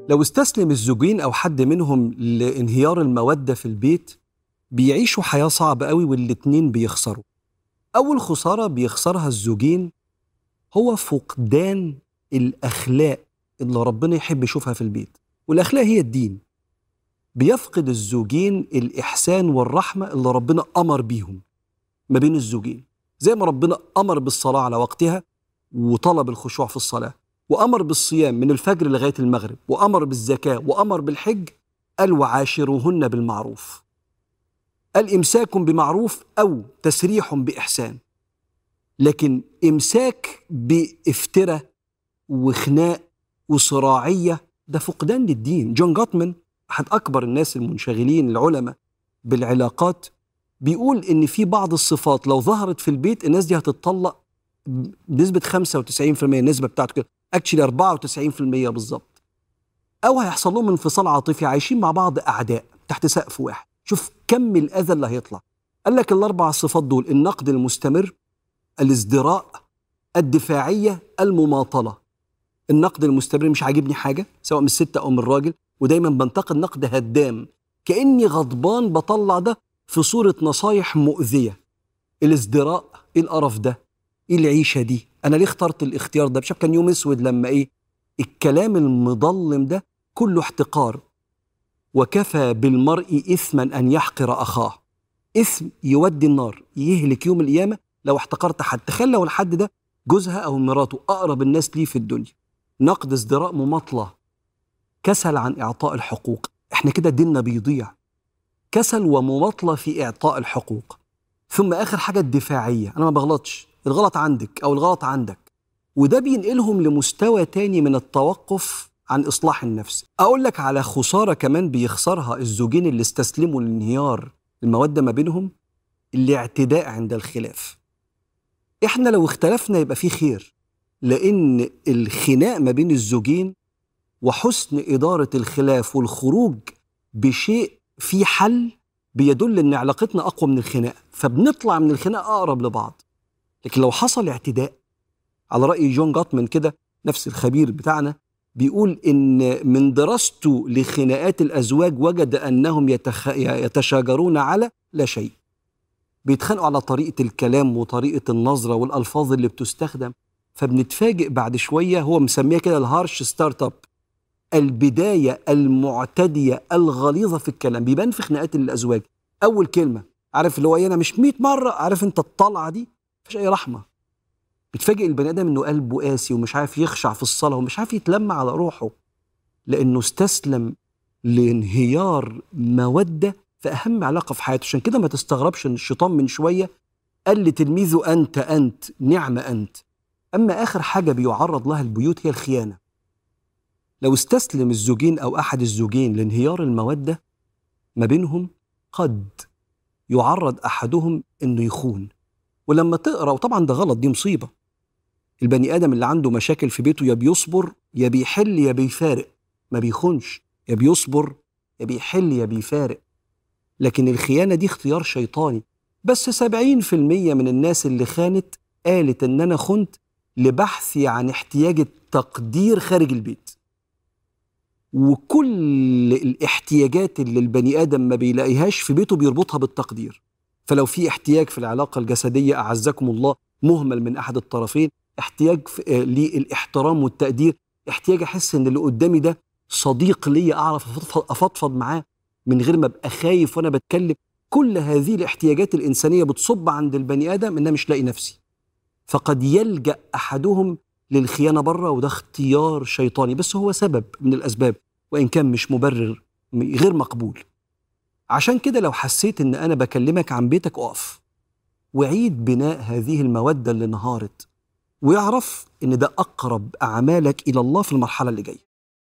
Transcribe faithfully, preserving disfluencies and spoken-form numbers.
لو استسلم الزوجين أو حد منهم لانهيار المودة في البيت بيعيشوا حياة صعبة قوي والاتنين بيخسروا. أول خسارة بيخسرها الزوجين هو فقدان الأخلاق اللي ربنا يحب يشوفها في البيت، والأخلاق هي الدين. بيفقد الزوجين الإحسان والرحمة اللي ربنا أمر بيهم ما بين الزوجين، زي ما ربنا أمر بالصلاة على وقتها وطلب الخشوع في الصلاة، وأمر بالصيام من الفجر لغاية المغرب، وأمر بالزكاة، وأمر بالحج. قال وعاشروهن بالمعروف، قال إمساك بمعروف أو تسريح بإحسان. لكن إمساك بافتراء وخناق وصراعية ده فقدان للدين. جون جوتمان أحد أكبر الناس المنشغلين العلماء بالعلاقات بيقول إن في بعض الصفات لو ظهرت في البيت الناس دي هتتطلق بنسبة خمسة وتسعين بالمئة، النسبة بتاعته كده اكشلي أربعة وتسعين بالمئة بالظبط، أو هيحصل لهم انفصال عاطفي، عايشين مع بعض أعداء تحت سقف واحد. شوف كم الأذى اللي هيطلع. قال لك الأربع صفات دول: النقد المستمر، الازدراء، الدفاعية، المماطلة. النقد المستمر، مش عاجبني حاجة سواء من الست أو من الراجل، ودايما بنتقد نقد هدام كأني غضبان بطلع ده في صورة نصايح مؤذية. الازدراء، ايه القرف ده، ايه العيشة دي، انا ليه اخترت الاختيار ده؟ شاف كان يوم اسود لما ايه الكلام المظلم ده كله احتقار. وكفى بالمرء اثما ان يحقر اخاه. اثم يودي النار، يهلك يوم القيامة لو احتقرت حد. تخيل لو الحد ده جوزها او مراته، اقرب الناس ليه في الدنيا. نقد، ازدراء، مماطلة، كسل عن اعطاء الحقوق. احنا كده ديننا بيضيع، كسل ومماطلة في اعطاء الحقوق. ثم آخر حاجة الدفاعية، أنا ما بغلطش، الغلط عندك أو الغلط عندك. وده بينقلهم لمستوى تاني من التوقف عن إصلاح النفس. أقول لك على خسارة كمان بيخسرها الزوجين اللي استسلموا لانهيار المودة ما بينهم: الاعتداء عند الخلاف. إحنا لو اختلفنا يبقى فيه خير، لأن الخناق ما بين الزوجين وحسن إدارة الخلاف والخروج بشيء فيه حل بيدل ان علاقتنا اقوى من الخناق، فبنطلع من الخناق اقرب لبعض. لكن لو حصل اعتداء، على رأي جون جوتمان كده نفس الخبير بتاعنا، بيقول ان من دراسته لخناقات الازواج وجد انهم يتخ... يتشاجرون على لا شيء. بيتخانقوا على طريقة الكلام وطريقة النظرة والالفاظ اللي بتستخدم. فبنتفاجئ بعد شوية، هو مسميها كده الهارش ستارت اب، البداية المعتدية الغليظة في الكلام. بيبان في خناقات الأزواج أول كلمة، عارف اللي هو أنا مش مئة مرة، عارف أنت الطلعة دي مفيش أي رحمة. بتفاجئ البني آدم إنه قلبه قاسي ومش عارف يخشع في الصلاة ومش عارف يتلم على روحه، لأنه استسلم لانهيار مودة في أهم علاقة في حياته. عشان كده ما تستغربش إن الشيطان من شوية قال لتلميذه أنت أنت نعم أنت. أما آخر حاجة بيعرض لها البيوت هي الخيانة. لو استسلم الزوجين أو أحد الزوجين لانهيار المودة ما بينهم، قد يعرض أحدهم إنه يخون. ولما تقرأ، وطبعا ده غلط، دي مصيبة. البني آدم اللي عنده مشاكل في بيته يا بيصبر يا بيحل يا بيفارق، ما بيخونش. يا بيصبر يا بيحل يا بيفارق. لكن الخيانة دي اختيار شيطاني. بس سبعين في المية من الناس اللي خانت قالت إن أنا خنت لبحثي عن احتياج التقدير خارج البيت. وكل الاحتياجات اللي البني آدم ما بيلاقيهاش في بيته بيربطها بالتقدير. فلو في احتياج في العلاقة الجسدية أعزكم الله مهمل من أحد الطرفين، احتياج للاحترام والتقدير، احتياج أحس إن اللي قدامي ده صديق لي أعرف أفضفض معاه من غير ما أبقى خايف وأنا بتكلم. كل هذه الاحتياجات الإنسانية بتصب عند البني آدم إن أنا مش لاقي نفسي، فقد يلجأ أحدهم للخيانة بره، وده اختيار شيطاني، بس هو سبب من الأسباب وإن كان مش مبرر، غير مقبول. عشان كده لو حسيت إن أنا بكلمك عن بيتك، أقف وعيد بناء هذه المودة اللي انهارت، ويعرف إن ده أقرب أعمالك إلى الله في المرحلة اللي جاية.